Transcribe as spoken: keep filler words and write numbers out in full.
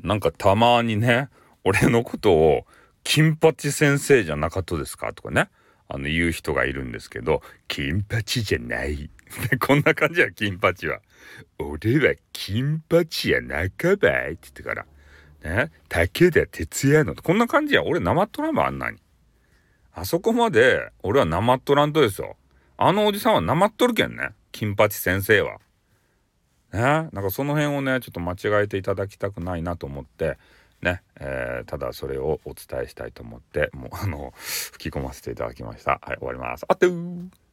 なんかたまにね、俺のことを金八先生じゃなかったですかとかね、あの言う人がいるんですけど、金八じゃないこんな感じや。金八は俺は金八や仲ばいって言ってからね、武田鉄矢のこんな感じや。俺なまっとらんば、あんなに。あそこまで俺はなまっとらんとですよ。あのおじさんはなまっとるけんね、金八先生はね。なんかその辺をねちょっと間違えていただきたくないなと思ってね、えー、ただそれをお伝えしたいと思ってもうあの吹き込ませていただきました。はい、終わります。あってー。